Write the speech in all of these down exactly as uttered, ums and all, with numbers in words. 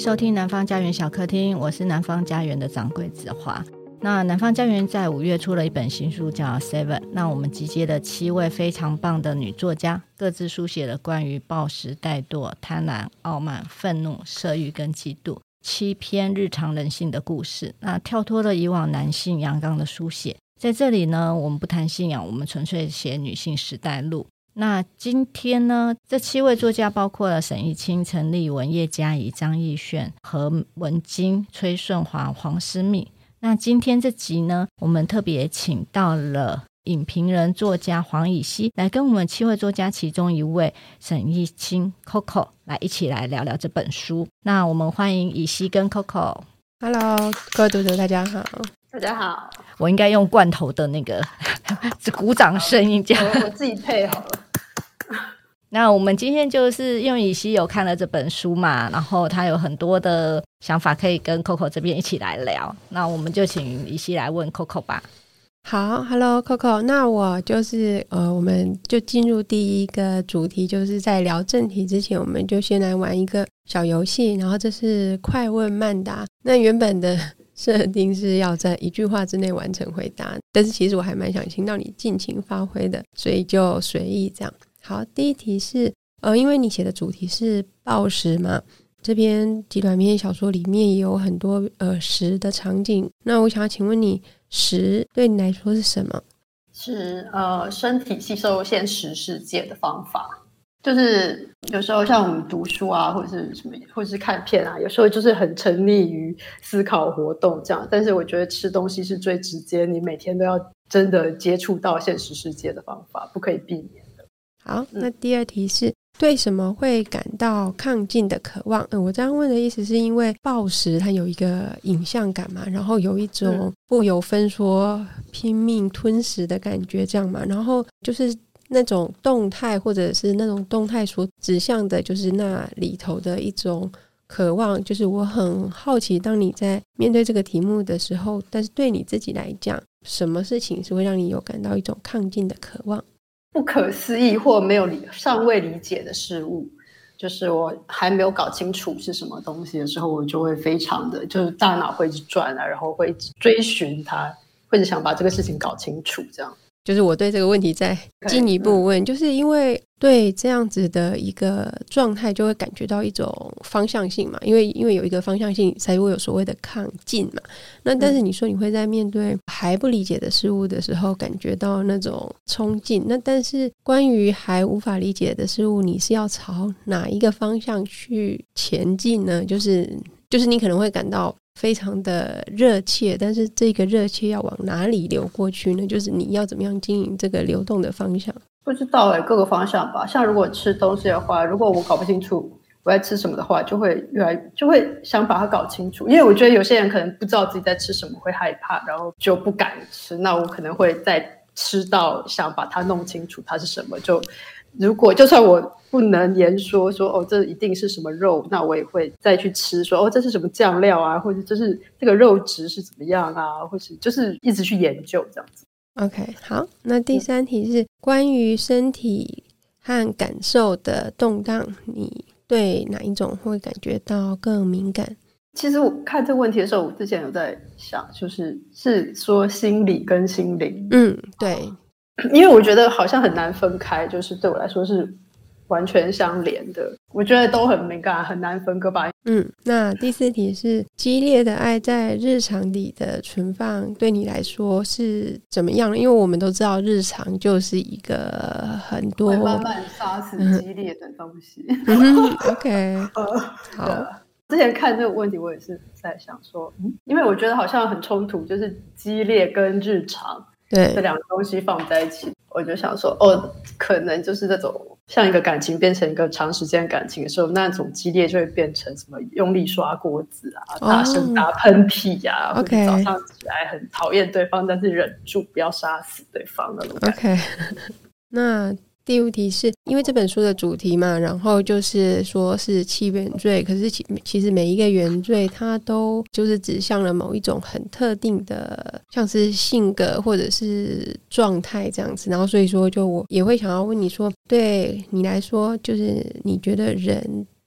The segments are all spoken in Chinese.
收听南方家园小客厅，我是南方家园的掌柜子华。那南方家园在五月出了一本新书叫 Seven， 那我们集结了七位非常棒的女作家，各自书写了关于暴食、怠惰、贪婪、傲慢、愤怒、色欲跟嫉妒七篇日常人性的故事，那跳脱了以往男性阳刚的书写。在这里呢，我们不谈信仰，我们纯粹写女性时代录。那今天呢，这七位作家包括了沈奕清、陈丽文、叶嘉怡、张艺璇、何文金、崔顺华、黄思密。那今天这集呢，我们特别请到了影评人作家黄以西来跟我们七位作家其中一位沈奕清 Coco 来一起来聊聊这本书。那我们欢迎以西跟 Coco。 Hello， 各位读者大家好。 大家好。 我应该用罐头的那个鼓掌声音这样， 我, 我自己配好了。 那我们今天就是因为以西有看了这本书嘛，然后他有很多的想法可以跟 Coco 这边一起来聊，那我们就请以西来问 Coco 吧。 好 ，Hello Coco， 那我就是呃，我们就进入第一个主题，就是在聊正题之前，我们就先来玩一个小游戏，然后这是快问慢答。那原本的设定是要在一句话之内完成回答，但是其实我还蛮想听到你尽情发挥的，所以就随意这样。好，第一题是呃，因为你写的主题是暴食嘛，这篇极短篇小说里面也有很多呃食的场景，那我想要请问你，食对你来说是什么？ 是呃身体吸收现实世界的方法。就是有时候像我们读书啊，或者是什么，或者是看片啊，有时候就是很沉溺于思考活动这样，但是我觉得吃东西是最直接，你每天都要真的接触到现实世界的方法，不可以避免的。 好，那第二题是、嗯、对什么会感到亢进的渴望？嗯，我这样问的意思是因为暴食它有一个影像感嘛，然后有一种不由分说拼命吞食的感觉这样嘛，然后就是那种动态，或者是那种动态所指向的就是那里头的一种渴望。就是我很好奇，当你在面对这个题目的时候，但是对你自己来讲，什么事情是会让你有感到一种亢进的渴望？ 不可思议或没有尚未理解的事物，就是我还没有搞清楚是什么东西的时候，我就会非常的就是大脑会一直转啊，然后会一直追寻它，或者想把这个事情搞清楚这样。 就是我对这个问题再进一步问、嗯、就是因为对这样子的一个状态就会感觉到一种方向性嘛，因为因为有一个方向性才会有所谓的亢进嘛。那但是你说你会在面对还不理解的事物的时候感觉到那种冲劲，那但是关于还无法理解的事物，你是要朝哪一个方向去前进呢？就是就是你可能会感到非常的热切，但是这个热切要往哪里流过去呢？就是你要怎么样经营这个流动的方向？ 不知道欸，各个方向吧。像如果吃东西的话，如果我搞不清楚我在吃什么的话，就会越来就会想把它搞清楚。因为我觉得有些人可能不知道自己在吃什么，会害怕，然后就不敢吃。那我可能会在吃到想把它弄清楚它是什么，就如果就算我不能言说说哦这一定是什么肉，那我也会再去吃说哦这是什么酱料啊，或者这是这个肉质是怎么样啊，或是就是一直去研究这样子。 OK， 好，那第三题是关于身体和感受的动荡，你对哪一种会感觉到更敏感？ 其实我看这个问题的时候，我之前有在想，就是是说心理跟心灵。 嗯，对， 因为我觉得好像很难分开，就是对我来说是完全相连的，我觉得都很敏感，很难分割吧。 嗯，那第四题是激烈的爱在日常里的存放对你来说是怎么样的？因为我们都知道日常就是一个很多会慢慢杀死激烈的东西。 嗯、OK、 呃、 好， 之前看这个问题我也是在想说、嗯、因为我觉得好像很冲突，就是激烈跟日常对这两个东西放在一起，我就想说哦，可能就是这种像一个感情变成一个长时间感情的时候，那种激烈就会变成什么用力刷锅子啊、大声打喷嚏啊、oh, 或者早上起来很讨厌对方但是忍住不要杀死对方那种感觉。 OK 那第五题是因为这本书的主题嘛，然后就是说是七原罪，可是 其, 其实每一个原罪它都就是指向了某一种很特定的像是性格或者是状态这样子，然后所以说就我也会想要问你说，对你来说就是你觉得人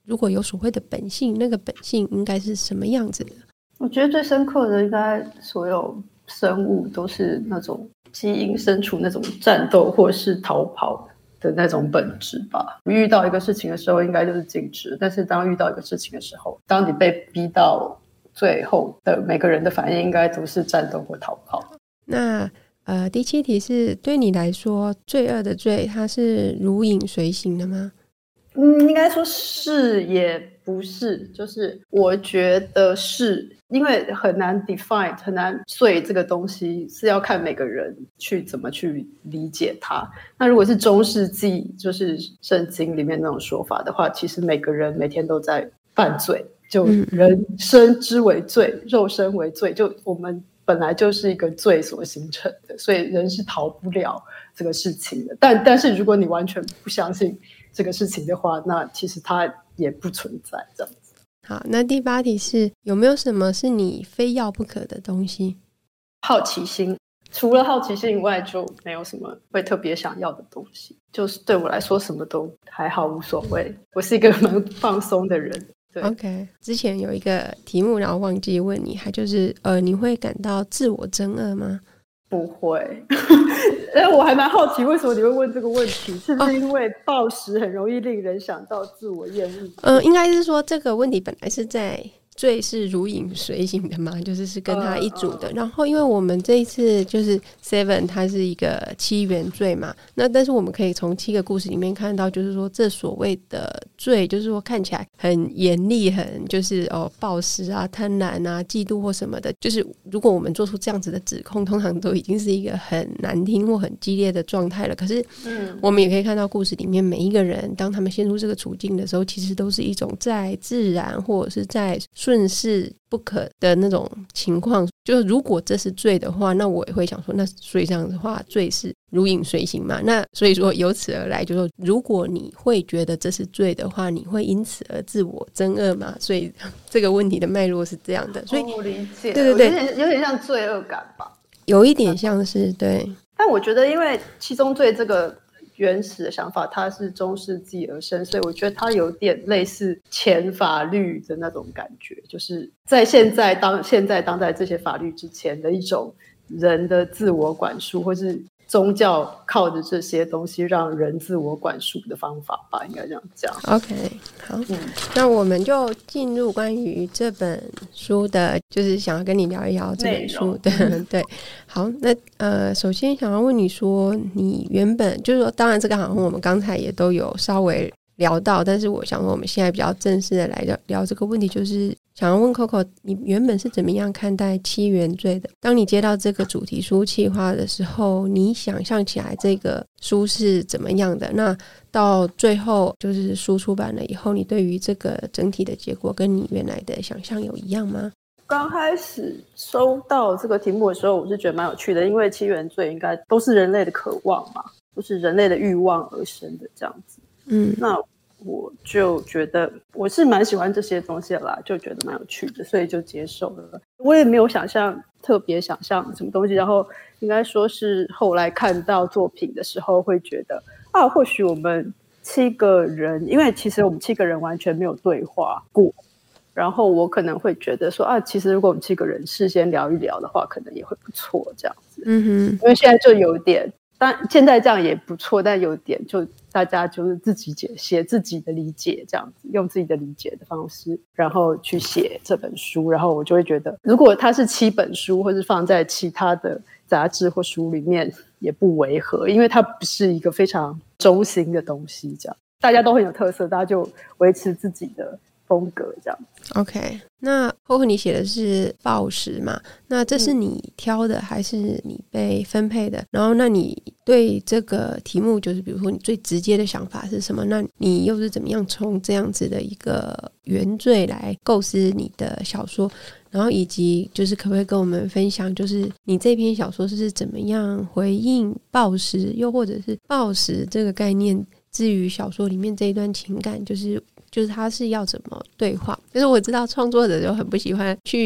如果有所谓的本性，那个本性应该是什么样子的？ 我觉得最深刻的应该所有生物都是那种基因深处那种战斗或是逃跑的那种本质吧。遇到一个事情的时候应该就是静止，但是当遇到一个事情的时候，当你被逼到最后的每个人的反应应该都是战斗或逃跑。 那呃，第七题是对你来说罪恶的罪它是如影随形的吗？ 嗯，应该说是也不是，就是我觉得是，因为很难 define， 很难，所以这个东西是要看每个人去怎么去理解它。那如果是中世纪，就是圣经里面那种说法的话，其实每个人每天都在犯罪，就人生之为罪，嗯、肉身为罪，就我们本来就是一个罪所形成的，所以人是逃不了这个事情的。但但是如果你完全不相信这个事情的话，那其实它也不存在这样子。 好，那第八题是有没有什么是你非要不可的东西？ 好奇心，除了好奇心以外就没有什么会特别想要的东西，就是对我来说什么都还好，无所谓。我是一个蛮放松的人。对 OK， 之前有一个题目然后忘记问你，还就是呃，你会感到自我憎恶吗？ 不会。我还蛮好奇为什么你会问这个问题，是不是因为暴食很容易令人想到自我厌恶？ 嗯、呃，应该是说这个问题本来是在罪是如影随形的嘛，就是是跟他一组的、uh, uh. 然后因为我们这一次就是 Seven 它是一个七原罪嘛，那但是我们可以从七个故事里面看到，就是说这所谓的罪就是说看起来很严厉，很就是哦暴食啊、贪婪啊、嫉妒或什么的，就是如果我们做出这样子的指控，通常都已经是一个很难听或很激烈的状态了。可是我们也可以看到故事里面每一个人当他们陷入这个处境的时候，其实都是一种在自然或者是在顺势不可的那种情况。就如果这是罪的话，那我也会想说，那所以这样的话罪是如影随形嘛，那所以说由此而来就是说，如果你会觉得这是罪的话，你会因此而自我憎恶吗？所以这个问题的脉络是这样的。所以、 哦、我理解， 对对对， 有点有点像罪恶感吧， 有一点像是，对。 但我觉得因为七宗罪这个原始的想法它是中世纪而生，所以我觉得它有点类似前法律的那种感觉，就是在现在当现在当代这些法律之前的一种人的自我管束，或是宗教靠着这些东西让人自我管束的方法吧，应该这样讲。 OK， 好、嗯、那我们就进入关于这本书的，就是想要跟你聊一聊这本书的对，好，那呃，首先想要问你说，你原本就是说，当然这个好像我们刚才也都有稍微聊到，但是我想说我们现在比较正式的来聊聊这个问题，就是想要问 Coco 你原本是怎么样看待七原罪的？当你接到这个主题书企划的时候，你想象起来这个书是怎么样的？那到最后就是书出版了以后，你对于这个整体的结果跟你原来的想象有一样吗？ 刚开始收到这个题目的时候，我是觉得蛮有趣的，因为七原罪应该都是人类的渴望嘛，都是人类的欲望而生的这样子。嗯，那我就觉得我是蛮喜欢这些东西的啦，就觉得蛮有趣的，所以就接受了。我也没有想象特别想象什么东西，然后应该说是后来看到作品的时候会觉得啊，或许我们七个人，因为其实我们七个人完全没有对话过，然后我可能会觉得说啊，其实如果我们七个人事先聊一聊的话，可能也会不错这样子。嗯哼，因为现在就有点，当然现在这样也不错，但有点就大家就是自己解写自己的理解，这样子用自己的理解的方式，然后去写这本书。然后我就会觉得，如果它是七本书，或是放在其他的杂志或书里面，也不违和，因为它不是一个非常中心的东西，这样大家都很有特色，大家就维持自己的风格这样。 OK， 那后后你写的是暴食嘛，那这是你挑的还是你被分配的？然后那你对这个题目就是比如说你最直接的想法是什么？那你又是怎么样从这样子的一个原罪来构思你的小说？然后以及就是可不可以跟我们分享，就是你这篇小说是怎么样回应暴食，又或者是暴食这个概念至于小说里面这一段情感，就是就是他是要怎么对话？就是我知道创作者就很不喜欢去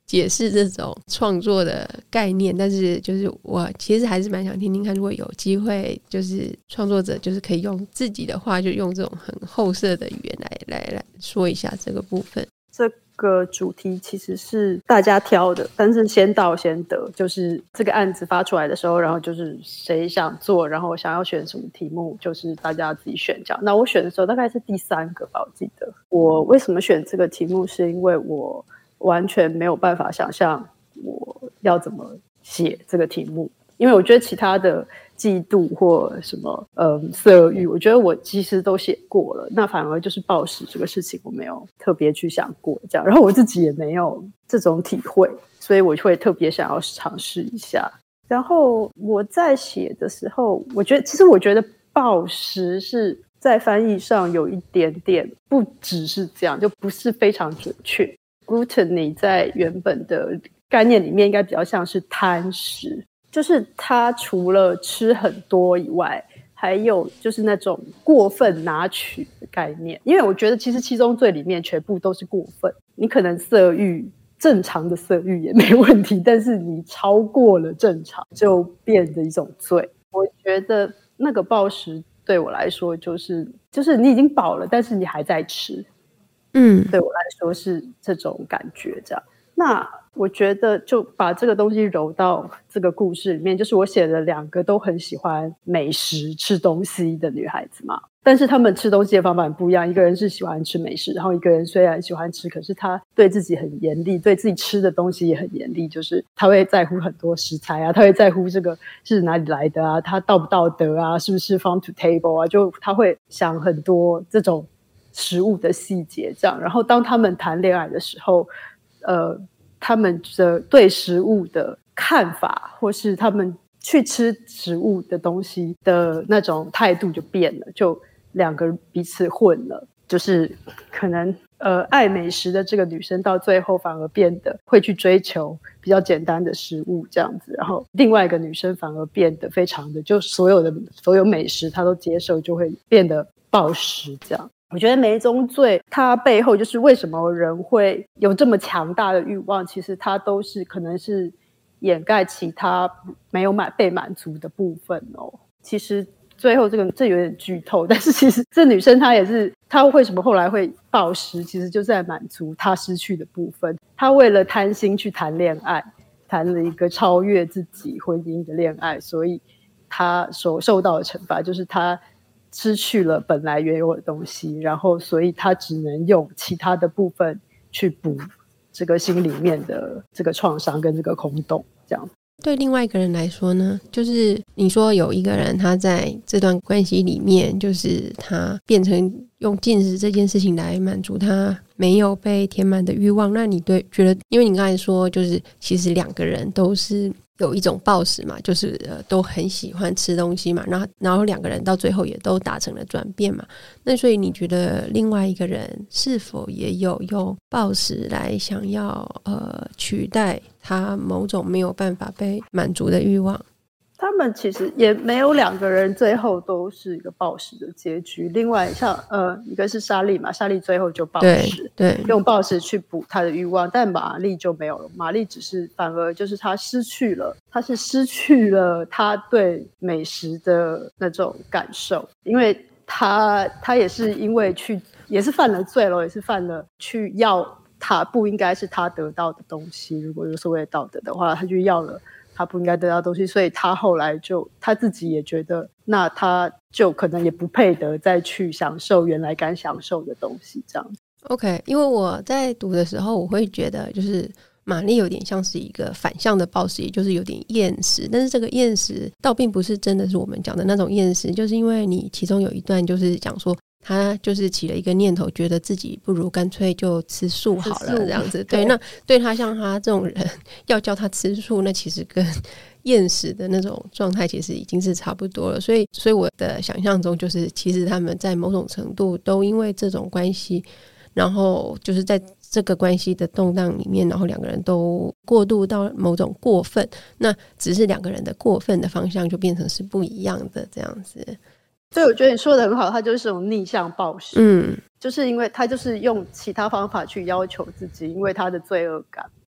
解释这种创作的概念，但是就是我其实还是蛮想听听看，如果有机会就是创作者就是可以用自己的话，就用这种很后设的语言来来来说一下这个部分。 这个主题其实是大家挑的，但是先到先得，就是这个案子发出来的时候，然后就是谁想做，然后想要选什么题目，就是大家自己选这样。那我选的时候大概是第三个吧，我记得。我为什么选这个题目，是因为我完全没有办法想象我要怎么写这个题目，因为我觉得其他的嫉妒或什么嗯色欲，我觉得我其实都写过了，那反而就是暴食这个事情我没有特别去想过这样，然后我自己也没有这种体会，所以我会特别想要尝试一下。然后我在写的时候，我觉得其实我觉得暴食是在翻译上有一点点不只是这样，就不是非常准确。Gluttony 在原本的概念里面应该比较像是贪食，就是他除了吃很多以外，还有就是那种过分拿取的概念。因为我觉得其实七宗罪里面全部都是过分，你可能色欲正常的色欲也没问题，但是你超过了正常就变成一种罪。我觉得那个暴食对我来说就是就是你已经饱了，但是你还在吃，嗯，对我来说是这种感觉这样。那我觉得就把这个东西揉到这个故事里面，就是我写了两个都很喜欢美食吃东西的女孩子嘛，但是她们吃东西的方法很不一样，一个人是喜欢吃美食，然后一个人虽然喜欢吃，可是她对自己很严厉，对自己吃的东西也很严厉，就是她会在乎很多食材啊，她会在乎这个是哪里来的啊，它道不道德啊，是不是 farm to table 啊，就她会想很多这种食物的细节这样。然后当他们谈恋爱的时候呃，他们的对食物的看法，或是他们去吃食物的东西的那种态度就变了，就两个人彼此混了，就是可能呃爱美食的这个女生到最后反而变得会去追求比较简单的食物这样子，然后另外一个女生反而变得非常的就所有的所有美食她都接受，就会变得暴食这样。我觉得每一宗罪它背后就是为什么人会有这么强大的欲望，其实它都是可能是掩盖其他没有满被满足的部分哦。其实最后这个这有点剧透，但是其实这女生她也是，她为什么后来会暴食，其实就是在满足她失去的部分。她为了贪心去谈恋爱，谈了一个超越自己婚姻的恋爱，所以她所受到的惩罚就是她失去了本来原有的东西，然后所以他只能用其他的部分去补这个心里面的这个创伤跟这个空洞这样。 对另外一个人来说呢，就是你说有一个人他在这段关系里面，就是他变成用进食这件事情来满足他没有被填满的欲望，那你对觉得，因为你刚才说就是其实两个人都是有一种暴食嘛，就是、呃、都很喜欢吃东西嘛，然后然后两个人到最后也都达成了转变嘛，那所以你觉得另外一个人是否也有用暴食来想要呃取代他某种没有办法被满足的欲望？ 他们其实也没有两个人最后都是一个暴食的结局。另外像呃，一个是莎莉嘛，莎莉最后就暴食， 对对， 用暴食去补她的欲望，但玛丽就没有了。玛丽只是反而就是她失去了，她是失去了她对美食的那种感受，因为她她也是因为去也是犯了罪了，也是犯了去要她不应该是她得到的东西。如果有所谓的道德的话，她就要了他不应该得到的东西，所以他后来就他自己也觉得，那他就可能也不配得再去享受原来该享受的东西这样。 OK， 因为我在读的时候我会觉得就是玛丽有点像是一个反向的暴食，也就是有点厌食，但是这个厌食倒并不是真的是我们讲的那种厌食，就是因为你其中有一段就是讲说他就是起了一个念头，觉得自己不如干脆就吃素好了这样子。对，那对他像他这种人要叫他吃素，那其实跟厌食的那种状态其实已经是差不多了。所以所以我的想象中就是其实他们在某种程度都因为这种关系，然后就是在这个关系的动荡里面，然后两个人都过渡到某种过分，那只是两个人的过分的方向就变成是不一样的这样子。 所以我觉得你说的很好，他就是这种逆向暴食，嗯，就是因为他就是用其他方法去要求自己，因为他的罪恶感，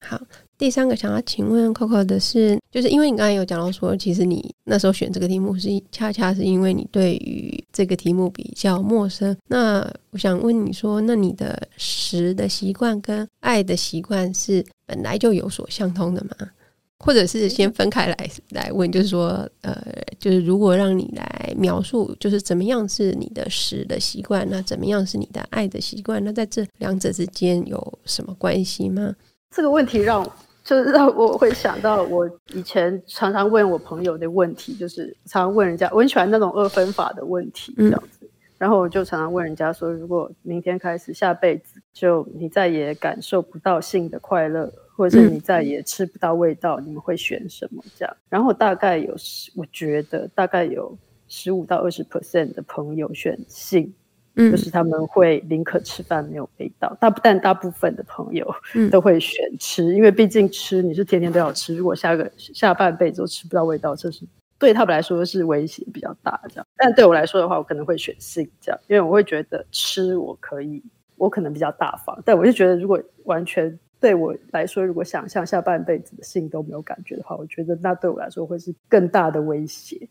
好，第三个想要请问 Coco 的是，就是因为你刚才有讲到说，其实你那时候选这个题目是恰恰是因为你对于这个题目比较陌生。那我想问你说，那你的食的习惯跟爱的习惯是本来就有所相通的吗？或者是先分开来来问，就是说，呃，就是如果让你来描述，就是怎么样是你的食的习惯，那怎么样是你的爱的习惯？那在这两者之间有什么关系吗？ 这个问题让就是让我会想到我以前常常问我朋友的问题，就是常常问人家，我很喜欢那种二分法的问题这样子。嗯，然后我就常常问人家说，如果明天开始下辈子就你再也感受不到性的快乐，或者是你再也吃不到味道，嗯，你们会选什么这样？然后大概有我觉得大概有十五到二十 percent 的朋友选性，嗯，就是他们会宁可吃饭没有味道，大但大部分的朋友都会选吃，嗯，因为毕竟吃你是天天都要吃，如果下个下半辈子都吃不到味道，这是对他们来说是威胁比较大这样。但对我来说的话，我可能会选性这样，因为我会觉得吃我可以，我可能比较大方，但我就觉得如果完全对我来说，如果想象下半辈子的性都没有感觉的话，我觉得那对我来说会是更大的威胁。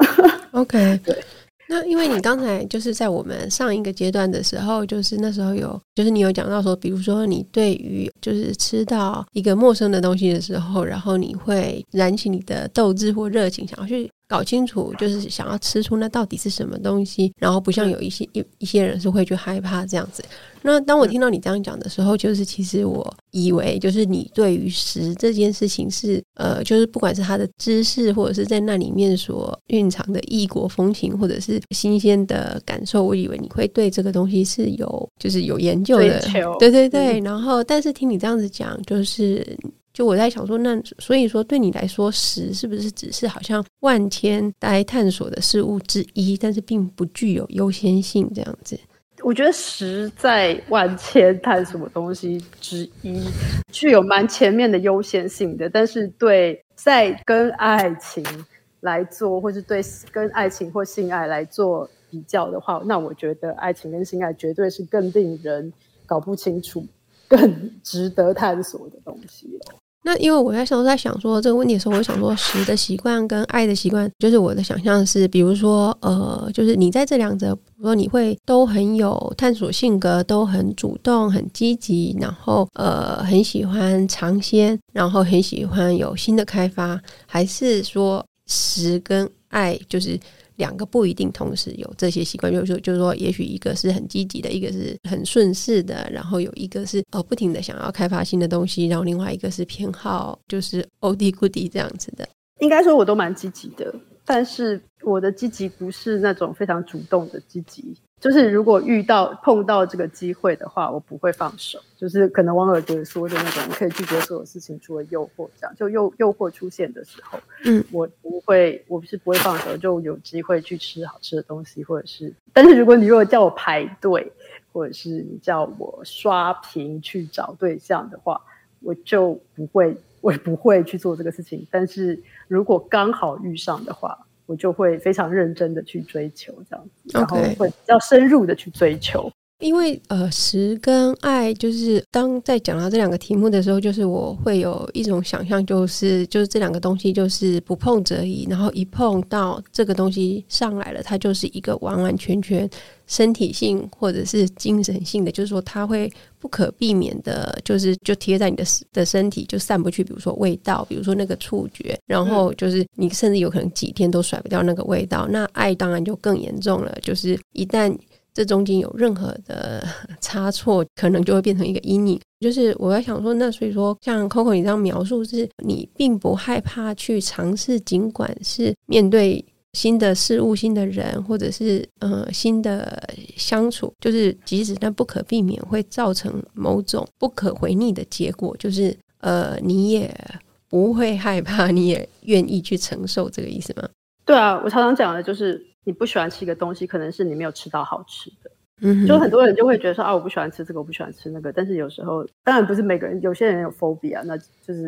OK， 对。 那因为你刚才就是在我们上一个阶段的时候，就是那时候有就是你有讲到说，比如说你对于就是吃到一个陌生的东西的时候，然后你会燃起你的斗志或热情，想要去搞清楚，就是想要吃出那到底是什么东西，然后不像有一些一一些人是会去害怕这样子。那当我听到你这样讲的时候，就是其实我以为就是你对于食这件事情是呃，就是不管是它的知识，或者是在那里面所蕴藏的异国风情，或者是新鲜的感受，我以为你会对这个东西是有就是有研究的，对对对。然后但是听你这样子讲，就是就我在想说，那所以说对你来说，食是不是只是好像万千待探索的事物之一，但是并不具有优先性这样子？ 我觉得食在万千探索的东西之一，具有蛮前面的优先性的，但是对在跟爱情来做，或是对跟爱情或性爱来做比较的话，那我觉得爱情跟性爱绝对是更令人搞不清楚、更值得探索的东西了。 那因为我在想在想说这个问题的时候，我想说食的习惯跟爱的习惯，就是我的想象是，比如说呃，就是你在这两者，比如说你会都很有探索性格，都很主动、很积极，然后呃很喜欢尝鲜，然后很喜欢有新的开发，还是说食跟爱就是两个不一定同时有这些习惯，就是就是说也许一个是很积极的，一个是很顺势的，然后有一个是呃不停的想要开发新的东西，然后另外一个是偏好就是欧弟咕弟这样子的。 应该说我都蛮积极的，但是我的积极不是那种非常主动的积极，就是如果遇到碰到这个机会的话，我不会放手，就是可能王尔德说的那种你可以拒绝所有事情除了诱惑，这样就诱诱惑出现的时候，嗯，我不会我是不会放手，就有机会去吃好吃的东西，或者是但是如果你如果叫我排队，或者是你叫我刷屏去找对象的话，我就不会我也不会去做这个事情，但是如果刚好遇上的话，我就会非常认真的去追求这样子，然后会比较深入的去追求。 因为呃，食跟爱，就是当在讲到这两个题目的时候，就是我会有一种想象，就是就是这两个东西就是不碰则已，然后一碰到这个东西上来了，它就是一个完完全全身体性或者是精神性的，就是说它会不可避免的，就是就贴在你的的身体，就散不去。比如说味道，比如说那个触觉，然后就是你甚至有可能几天都甩不掉那个味道。那爱当然就更严重了，就是一旦这中间有任何的差错，可能就会变成一个阴影。就是我在想说，那所以说像 Coco 你这样描述，是你并不害怕去尝试，尽管是面对新的事物、新的人，或者是呃新的相处，就是即使那不可避免会造成某种不可回逆的结果，就是呃你也不会害怕，你也愿意去承受，这个意思吗？ 对啊，我常常讲的就是你不喜欢吃一个东西，可能是你没有吃到好吃的。嗯，就很多人就会觉得说啊，我不喜欢吃这个，我不喜欢吃那个。但是有时候，当然不是每个人，有些人有 phobia， 那就是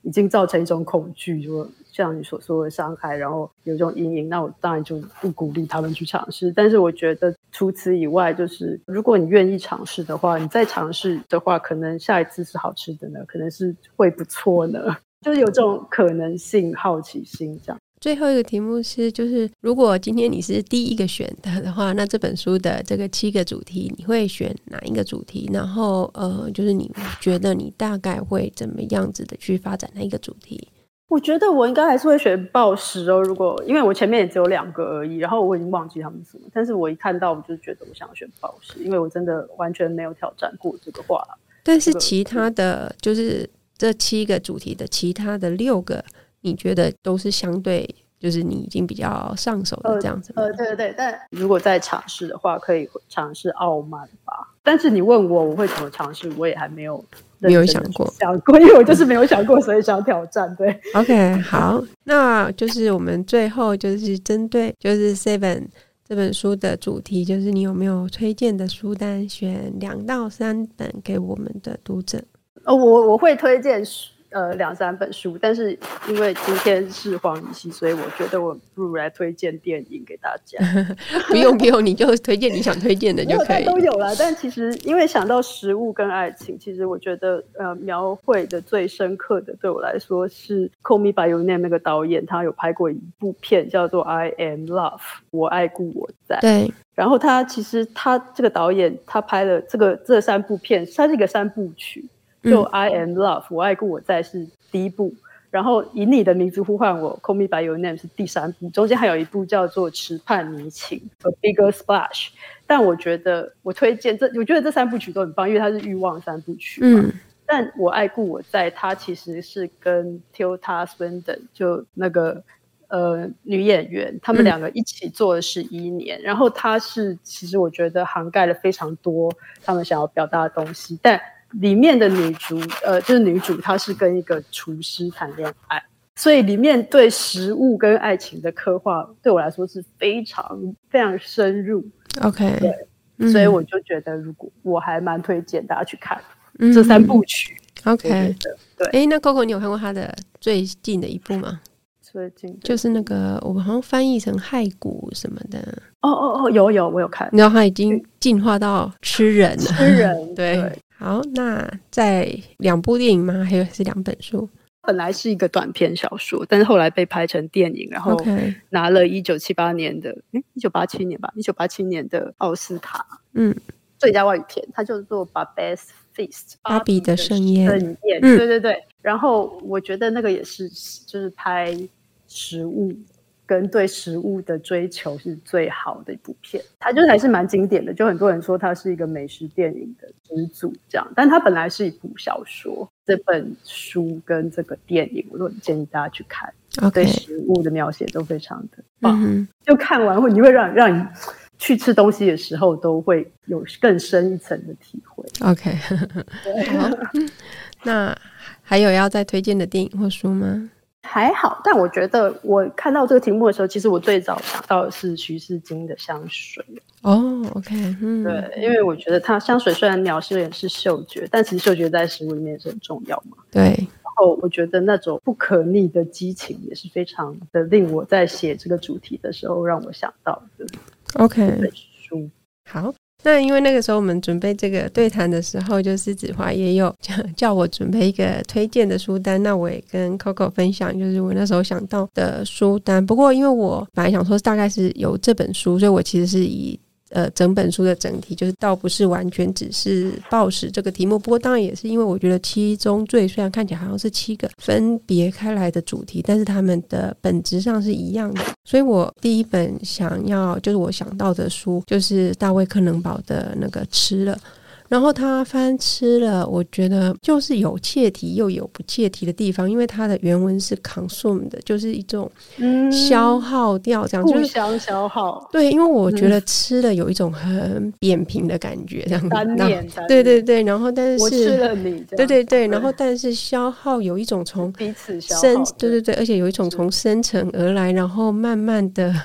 已经造成一种恐惧，说像你所说的伤害，然后有一种阴影，那我当然就不鼓励他们去尝试。但是我觉得除此以外，就是如果你愿意尝试的话，你再尝试的话，可能下一次是好吃的呢，可能是会不错呢，就是有这种可能性、好奇心这样。 最后一个题目是，就是如果今天你是第一个选的的话，那这本书的这个七个主题，你会选哪一个主题？然后呃，就是你觉得你大概会怎么样子的去发展那一个主题？ 我觉得我应该还是会选暴食哦，如果因为我前面也只有两个而已，然后我已经忘记他们什么，但是我一看到我就觉得我想要选暴食，因为我真的完全没有挑战过这个话。 但是其他的就是这七个主题的其他的六个，你觉得都是相对就是你已经比较上手的这样子吗？ 呃，呃对对对，但如果再尝试的话，可以尝试傲慢吧。但是你问我我会怎么尝试，我也还没有没有想过， 想过，因为我就是没有想过，所以想挑战。对 ，OK， 好，那就是我们最后就是针对就是 Seven 这本书的主题，就是你有没有推荐的书单，选两到三本给我们的读者？ 哦，我我会推荐呃两三本书，但是因为今天是黄乙烯，所以我觉得我不如来推荐电影给大家。 不用不用，你就推荐你想推荐的就可以。 都有啦，但其实因为想到食物跟爱情，其实我觉得呃描绘的最深刻的对我来说是 Call Me By Your Name 那个导演，他有拍过一部片叫做 I Am Love 我爱故我在。 对， 然后他其实他这个导演他拍了这个这三部片，它是一个三部曲，就 I Am Love 我爱故我在是第一部，然后以你的名字呼唤我 Call Me By Your Name 是第三部，中间还有一部叫做池畔泥情 A Bigger Splash。 但我觉得我推荐这我觉得这三部曲都很棒，因为它是欲望三部曲嘛。嗯，但我爱故我在它其实是跟 Tilda Swinton 就那个呃女演员他们两个一起做了十一年、嗯、然后它是其实我觉得涵盖了非常多他们想要表达的东西，但里面的女主呃就是女主她是跟一个厨师谈恋爱，所以里面对食物跟爱情的刻画对我来说是非常非常深入。 OK， 对、 嗯、 所以我就觉得如果我还蛮推荐大家去看、嗯、这三部曲。 OK， 对。 哎，那 Coco 你有看过他的最近的一部吗？ 最近就是那个我们好像翻译成骸骨什么的。 哦哦哦，有有我有看。 然后他已经进化到吃人了。 吃人对, 对。好，那在两部电影吗？还有是两本书？ 本来是一个短篇小说，但是后来被拍成电影，然后拿了一九七八年的一九八七年吧一九八七年的奥斯卡嗯最佳外语片，它叫做 Babette's Feast 芭比的盛宴。 盛宴、嗯、对对对。然后我觉得那个也是就是拍食物跟对食物的追求是最好的一部片，它就是还是蛮经典的，就很多人说它是一个美食电影的始祖这样，但它本来是一部小说。这本书跟这个电影我都很建议大家去看、okay. 对食物的描写都非常的棒、嗯、就看完后你会让让你去吃东西的时候都会有更深一层的体会。 OK 好，那还有要再推荐的电影或书吗？ 还好，但我觉得我看到这个题目的时候，其实我最早想到的是徐世金的香水。 哦、oh, OK， 嗯， 对，因为我觉得它香水虽然描述的是嗅觉，但其实嗅觉在食物里面也是很重要嘛。 对， 然后我觉得那种不可逆的激情也是非常的令我在写这个主题的时候让我想到的。 OK， 这本书。 好，那因为那个时候我们准备这个对谈的时候，就是子华也有叫我准备一个推荐的书单，那我也跟 Coco 分享就是我那时候想到的书单。不过因为我本来想说大概是有这本书，所以我其实是以呃整本书的整体，就是倒不是完全只是暴食这个题目。不过当然也是因为我觉得七宗罪虽然看起来好像是七个分别开来的主题，但是他们的本质上是一样的，所以我第一本想要就是我想到的书就是大卫柯能堡的那个吃了。然后他翻吃了，我觉得就是有切题又有不切题的地方，因为它的原文是 consume 的，就是一种消耗掉这样、嗯、 互相消耗。 对，因为我觉得吃了有一种很扁平的感觉这样单面， 对对对，然后但是我吃了你， 对对对，然后但是消耗有一种从彼此消耗，对对对，而且有一种从深层而来，然后慢慢的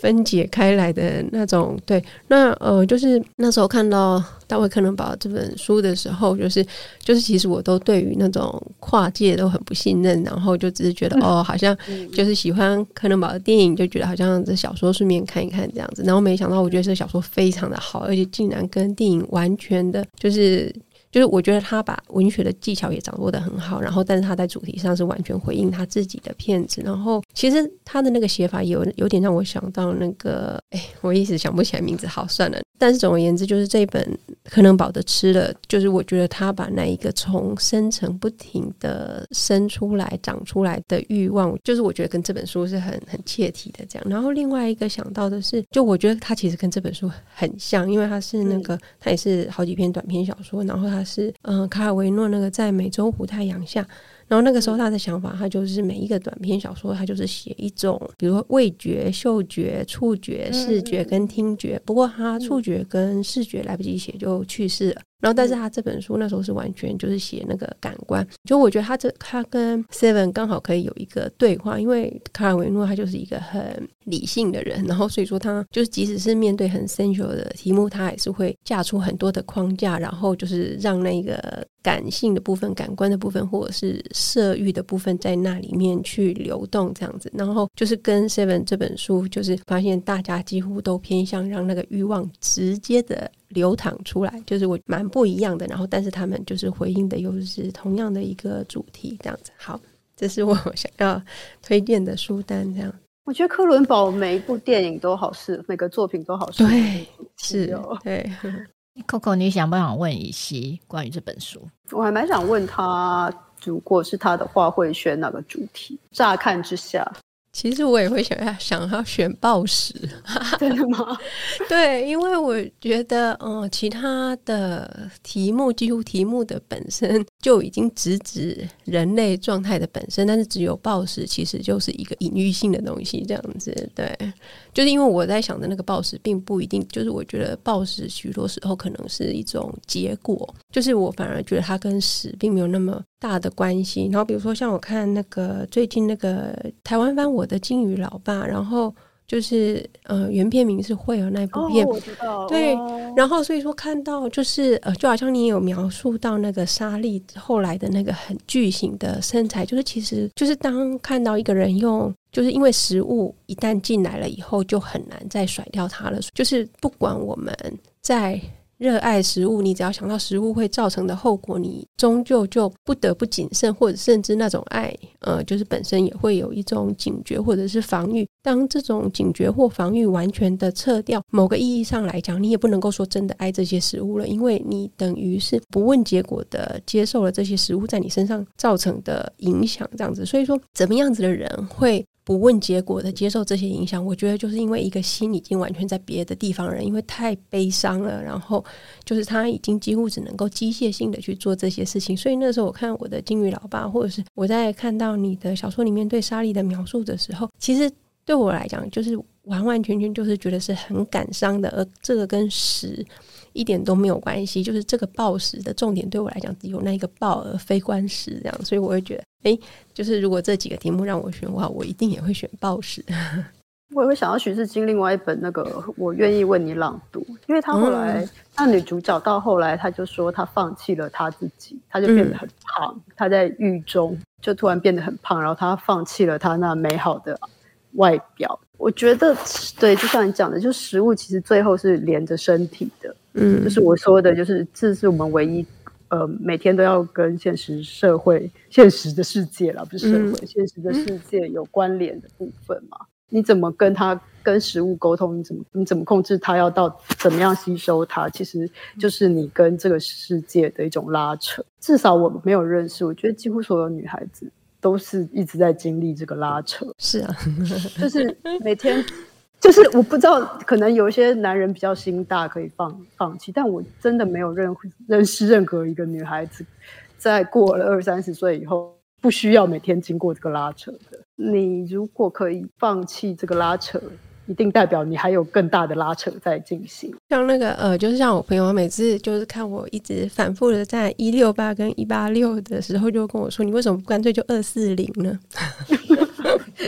分解开来的那种。对，那呃，就是那时候看到大卫柯南堡这本书的时候，就是就是其实我都对于那种跨界都很不信任，然后就只是觉得、嗯、哦，好像就是喜欢柯南堡的电影，就觉得好像这小说顺便看一看这样子，然后没想到我觉得这小说非常的好，而且竟然跟电影完全的就是就是我觉得他把文学的技巧也掌握得很好，然后但是他在主题上是完全回应他自己的片子，然后其实他的那个写法也有有点让我想到那个哎，我一时想不起来名字，好算了，但是总而言之就是这本柯南堡的吃了，就是我觉得他把那一个从深层不停的生出来长出来的欲望，就是我觉得跟这本书是很很切题的这样。然后另外一个想到的是，就我觉得他其实跟这本书很像，因为他是那个他也是好几篇短篇小说，然后他是嗯、呃、卡尔维诺那个在美洲虎太阳下，然后那个时候他的想法，他就是每一个短篇小说他就是写一种比如说味觉、嗅觉、触觉、视觉跟听觉，不过他触觉跟视觉来不及写就去世了，然后但是他这本书那时候是完全就是写那个感官，就我觉得他这他跟 Seven 刚好可以有一个对话，因为卡尔维诺他就是一个很理性的人，然后所以说他就是即使是面对很 sensual 的题目，他还是会架出很多的框架，然后就是让那个感性的部分、感官的部分或者是色欲的部分在那里面去流动这样子，然后就是跟 Seven 这本书就是发现大家几乎都偏向让那个欲望直接的流淌出来，就是我蛮不一样的，然后但是他们就是回应的又是同样的一个主题这样子。好，这是我想要推荐的书单这样。 我觉得柯伦堡每一部电影都好适，每个作品都好适合， 对，是，对。 Coco 你想不想问以西关于这本书？ 我还蛮想问他，如果是他的话会选哪个主题？乍看之下其实我也会想要想要选暴食。 真的吗？ 对，因为我觉得嗯，其他的题目几乎题目的本身就已经直指人类状态的本身，但是只有暴食其实就是一个隐喻性的东西这样子。对，就是因为我在想的那个暴食并不一定，就是我觉得暴食许多时候可能是一种结果，就是我反而觉得它跟食并没有那么大的关系。然后比如说像我看那个最近那个台湾翻我的金鱼老爸，然后就是呃原片名是会有那部片、 哦、我知道对、 哦、 然后所以说看到就是呃就好像你也有描述到那个莎莉后来的那个很巨型的身材，就是其实就是当看到一个人用就是因为食物一旦进来了以后就很难再甩掉它了，就是不管我们在热爱食物，你只要想到食物会造成的后果，你终究就不得不谨慎，或者甚至那种爱呃，就是本身也会有一种警觉或者是防御。当这种警觉或防御完全的撤掉，某个意义上来讲你也不能够说真的爱这些食物了，因为你等于是不问结果的接受了这些食物在你身上造成的影响这样子。所以说怎么样子的人会不问结果的接受这些影响，我觉得就是因为一个心已经完全在别的地方的人，因为太悲伤了，然后就是他已经几乎只能够机械性的去做这些事情。所以那时候我看我的金鱼老爸，或者是我在看到你的小说里面对莎莉的描述的时候，其实对我来讲就是完完全全就是觉得是很感伤的，而这个跟食一点都没有关系，就是这个暴食的重点对我来讲只有那一个暴而非官食这样。所以我会觉得诶，就是如果这几个题目让我选的话，我一定也会选暴食。 我也会想到徐志金另外一本那个我愿意为你朗读，因为他后来、嗯、那女主角到后来他就说他放弃了他自己，他就变得很胖、嗯、他在狱中就突然变得很胖，然后他放弃了他那美好的外表。我觉得对，就像你讲的，就食物其实最后是连着身体的，嗯，就是我说的就是这是我们唯一呃每天都要跟现实社会现实的世界啦，不是社会、嗯、现实的世界有关联的部分嘛。你怎么跟他跟食物沟通，你怎么你怎么控制它要到怎么样吸收它，其实就是你跟这个世界的一种拉扯。至少我没有认识，我觉得几乎所有女孩子都是一直在经历这个拉扯。 是啊， 就是每天就是我不知道，可能有一些男人比较心大可以放放弃，但我真的没有认认识任何一个女孩子在过了二三十岁以后不需要每天经过这个拉扯的。你如果可以放弃这个拉扯，一定代表你还有更大的拉扯在进行。 像那个呃，就是像我朋友每次就是看我一直反复的在一六八跟一八六的时候，就跟我说你为什么不干脆就二四零呢？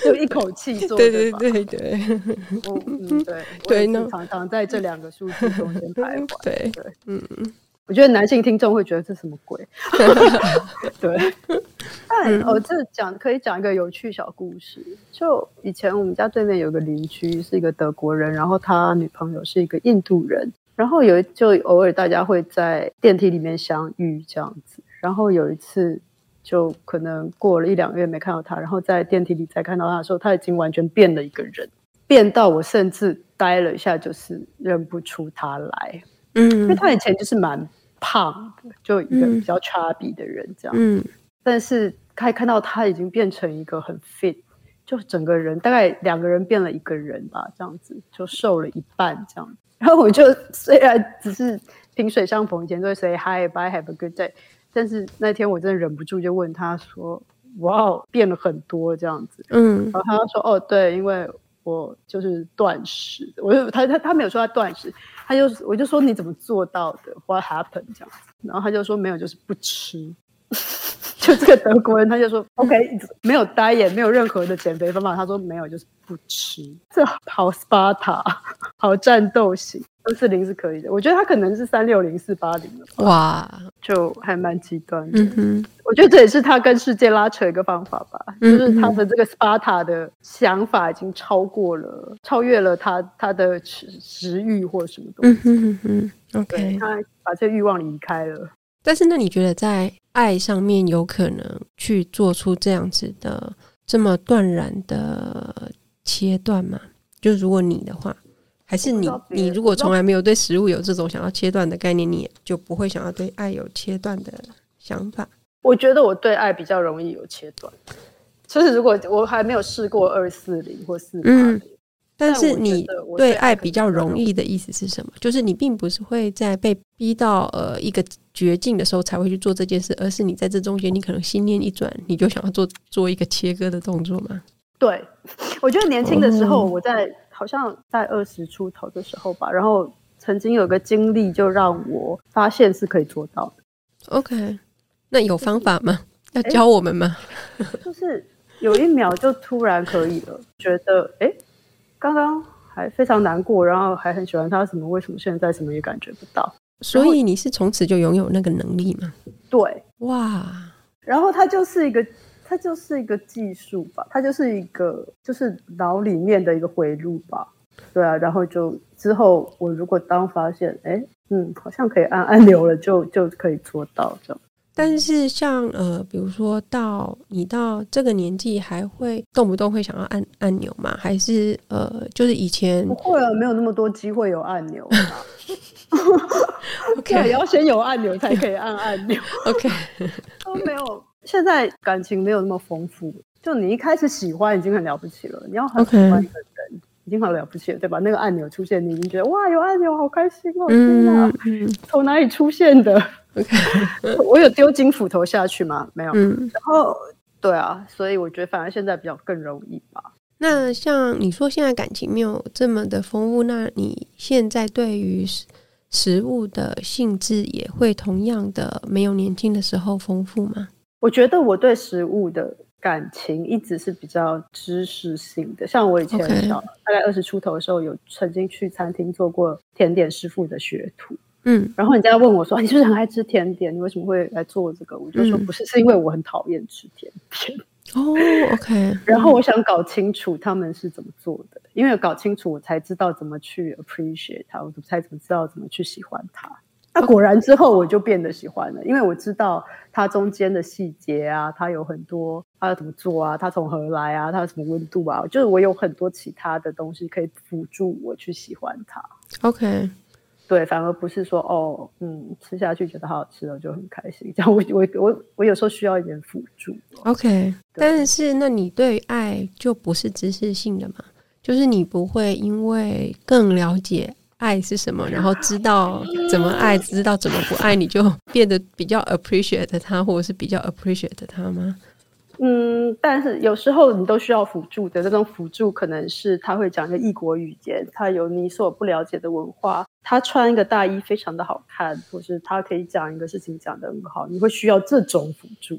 就一口气做对对对对， 我嗯对对， 我也是常常在这两个数字中间徘徊。 对对， 嗯， 我觉得男性听众会觉得这什么鬼？对，但、 嗯哦，这讲可以讲一个有趣小故事。就以前我们家对面有个邻居是一个德国人，然后他女朋友是一个印度人，然后有就偶尔大家会在电梯里面相遇这样子。然后有一次就可能过了一两个月没看到他，然后在电梯里再看到他的时候，他已经完全变了一个人，变到我甚至呆了一下，就是认不出他来。嗯，因为他以前就是蛮胖的，就一个比较chubby的人这样。嗯，但是可以看到他已经变成一个很 fit， 就整个人大概两个人变了一个人吧，这样子就瘦了一半这样。然后我就虽然只是萍水相逢，以前都会 say hi bye have a good day， 但是那天我真的忍不住就问他说：“哇，变了很多这样子。”嗯，然后他说：“哦，对，因为我就是断食。”我就他他他没有说他断食，他就我就说你怎么做到的 ？What happened 这样子？然后他就说没有，就是不吃。就这个德国人，他就说 OK， 没有 diet， 没有任何的减肥方法。他说没有，就是不吃。这好 Sparta， 好战斗型。二四零是可以的，我觉得他可能是三六零四八零了吧。哇，就还蛮极端的。嗯，我觉得这也是他跟世界拉扯一个方法吧，嗯、就是他的这个 Sparta 的想法已经超过了，超越了他他的食欲或什么东西。嗯嗯嗯 ，OK， 他把这个欲望离开了。 但是那你觉得在爱上面有可能去做出这样子的这么断然的切断吗？就如果你的话，还是你你如果从来没有对食物有这种想要切断的概念，你也就不会想要对爱有切断的想法？ 我觉得我对爱比较容易有切断，就是如果我还没有试过二四零或四八零。 但是你对爱比较容易的意思是什么？就是你并不是会在被逼到呃一个绝境的时候才会去做这件事，而是你在这中间你可能心念一转，你就想要做做一个切割的动作吗？ 对，我觉得年轻的时候，我在、哦、好像在二十出头的时候吧，然后曾经有个经历就让我发现是可以做到的。 OK， 那有方法吗？要教我们吗？ 就是有一秒就突然可以了，觉得哎。刚刚还非常难过，然后还很喜欢他，什么为什么现在什么也感觉不到？ 所以你是从此就拥有那个能力吗？ 对， 哇！ 然后它就是一个，它就是一个技术吧，它就是一个，就是脑里面的一个回路吧。对啊，然后就之后我如果当发现，哎，嗯，好像可以按按钮了，就就可以做到这样。 但是像呃，比如说到你到这个年纪，还会动不动会想要按按钮吗？还是呃，就是以前不会啊，没有那么多机会有按钮、啊。对，要先有按钮才可以按按钮。 OK， 都没有。现在感情没有那么丰富，就你一开始喜欢已经很了不起了，你要很喜欢一个人、okay. 已经很了不起了，对吧？那个按钮出现，你已经觉得哇，有按钮，好开心哦！天哪，从哪里出现的？Okay. 我有丢金斧头下去吗？没有。嗯、然后对啊，所以我觉得反而现在比较更容易吧。 那像你说现在感情没有这么的丰富，那你现在对于食物的性质也会同样的没有年轻的时候丰富吗？ 我觉得我对食物的感情一直是比较知识性的，像我以前小、okay. 大概二十出头的时候，有曾经去餐厅做过甜点师傅的学徒。嗯，然后人家问我说：“你是不是很爱吃甜点？你为什么会来做这个？”我就说：“不是，是因为我很讨厌吃甜点。” 哦 ，OK。 然后我想搞清楚他们是怎么做的，因为搞清楚我才知道怎么去 appreciate 它，我才怎么知道怎么去喜欢它。那、啊、果然之后我就变得喜欢了，因为我知道它中间的细节啊，它有很多，它要怎么做啊，它从何来啊，它有什么温度啊，就是我有很多其他的东西可以辅助我去喜欢它。 OK。 对，反而不是说哦，嗯，吃下去觉得好好吃了就很开心。这样我我我我有时候需要一点辅助。 OK， 但是那你对爱就不是知识性的嘛？就是你不会因为更了解爱是什么，然后知道怎么爱，知道怎么不爱，你就变得比较 appreciate 它，或者是比较 appreciate 它吗？ 嗯，但是有时候你都需要辅助的，这种辅助可能是他会讲一个异国语言，他有你所不了解的文化，他穿一个大衣非常的好看，或是他可以讲一个事情讲得很好，你会需要这种辅助。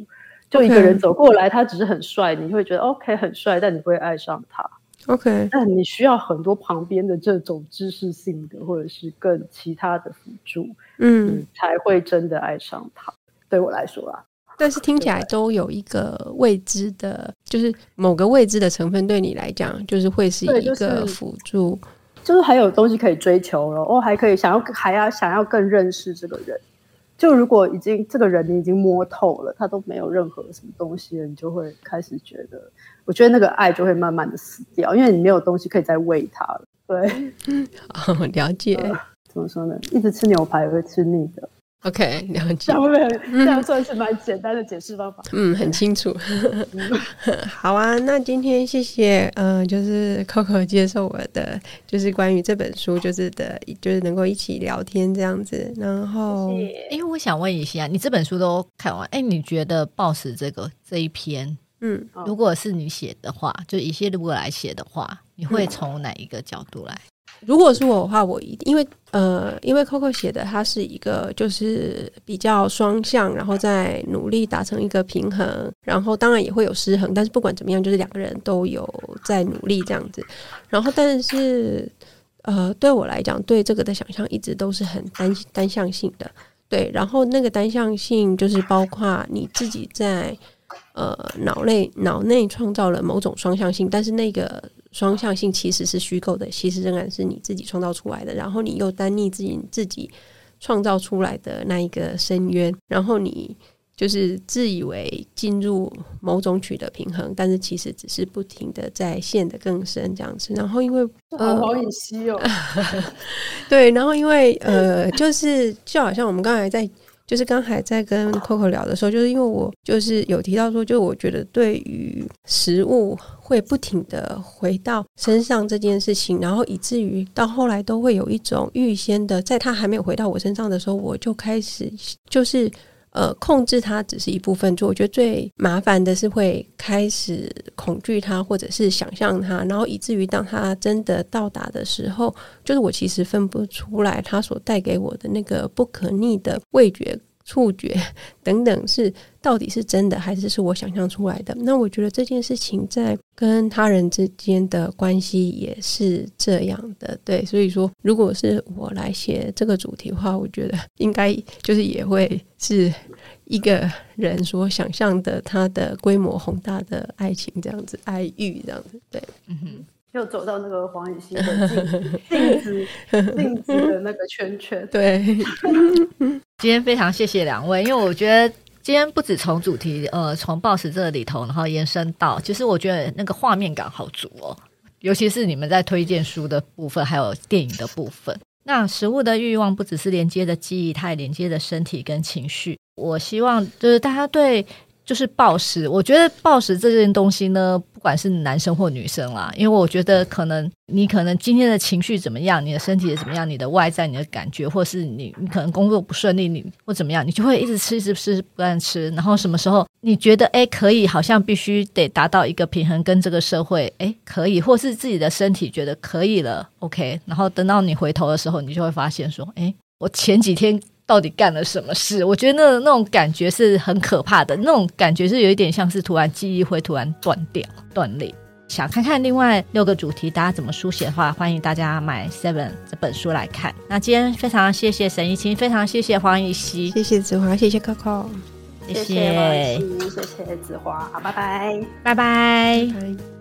就一个人走过来，他只是很帅，你会觉得 OK 很帅，但你不会爱上他。 OK， 但你需要很多旁边的这种知识性的或者是更其他的辅助，嗯，你才会真的爱上他。对我来说啦， 但是听起来都有一个未知的，就是某个未知的成分，对你来讲就是会是一个辅助， 就是、就是还有东西可以追求了，哦，还可以想要还要想要更认识这个人。就如果已经这个人你已经摸透了，他都没有任何什么东西了，你就会开始觉得，我觉得那个爱就会慢慢的死掉，因为你没有东西可以再喂他了。对， 哦，了解、呃。 怎么说呢？一直吃牛排也会吃腻的。 OK， 了解。 这样会不会很、嗯、这样算是蛮简单的解释方法？ 嗯，很清楚。好啊，那今天谢谢，呃，就是 Coco 接受我的，就是关于这本书，就是的，就是能够一起聊天这样子。然后， 因为我想问一下，你这本书都看完，哎，你觉得暴食这个这一篇，嗯，如果是你写的话，就以谢路格来写的话，你会从哪一个角度来？ 如果是我的话，我因为呃，因为 Coco 写的它是一个就是比较双向，然后再努力达成一个平衡，然后当然也会有失衡，但是不管怎么样，就是两个人都有在努力这样子。然后但是呃，对我来讲，对这个的想象一直都是很单单向性的，对。然后那个单向性就是包括你自己在呃脑内脑内创造了某种双向性，但是那个双向性其实是虚构的，其实仍然是你自己创造出来的，然后你又单逆自己自己创造出来的那一个深渊，然后你就是自以为进入某种取得平衡，但是其实只是不停的在陷得更深这样子。然后因为好黄以希哦， 对，然后因为呃，就是就好像我们刚才在。就是刚才在跟 Coco 聊的时候，就是因为我就是有提到说，就我觉得对于食物会不停的回到身上这件事情，然后以至于到后来都会有一种预先的，在它还没有回到我身上的时候，我就开始就是呃控制它只是一部分，就我觉得最麻烦的是会开始恐惧它，或者是想象它，然后以至于当它真的到达的时候，就是我其实分不出来它所带给我的那个不可逆的味觉触觉等等是到底是真的还是是我想象出来的。那我觉得这件事情在跟他人之间的关系也是这样的，对。所以说如果是我来写这个主题的话，我觉得应该就是也会是一个人所想象的他的规模宏大的爱情这样子，爱欲这样子，对。嗯哼， 又走到那个黄以希的镜子镜子的那个圈圈。 对， 今天非常谢谢两位，因为我觉得今天不止从主题呃从暴食这里头，然后延伸到，其实我觉得那个画面感好足哦，尤其是你们在推荐书的部分，还有电影的部分。那食物的欲望不只是连接的记忆，它也连接的身体跟情绪。我希望就是大家对就是暴食，我觉得暴食这件东西呢，不管是男生或女生啦，因为我觉得可能你可能今天的情绪怎么样，你的身体怎么样，你的外在你的感觉，或是你你可能工作不顺利，你或怎么样，你就会一直吃一直吃不断吃，然后什么时候你觉得哎可以，好像必须得达到一个平衡，跟这个社会哎可以，或是自己的身体觉得可以了 OK， 然后等到你回头的时候，你就会发现说哎我前几天到底干了什么事。我觉得那那种感觉是很可怕的，那种感觉是有一点像是突然记忆会突然断掉断裂。想看看另外六个主题大家怎么书写的话，欢迎大家买 Seven 这本书来看。那今天非常谢谢沈怡清，非常谢谢黄以希， 谢谢子华，谢谢 Coco， 谢谢黄以希，谢谢子华，好，拜拜， 拜拜， 拜拜。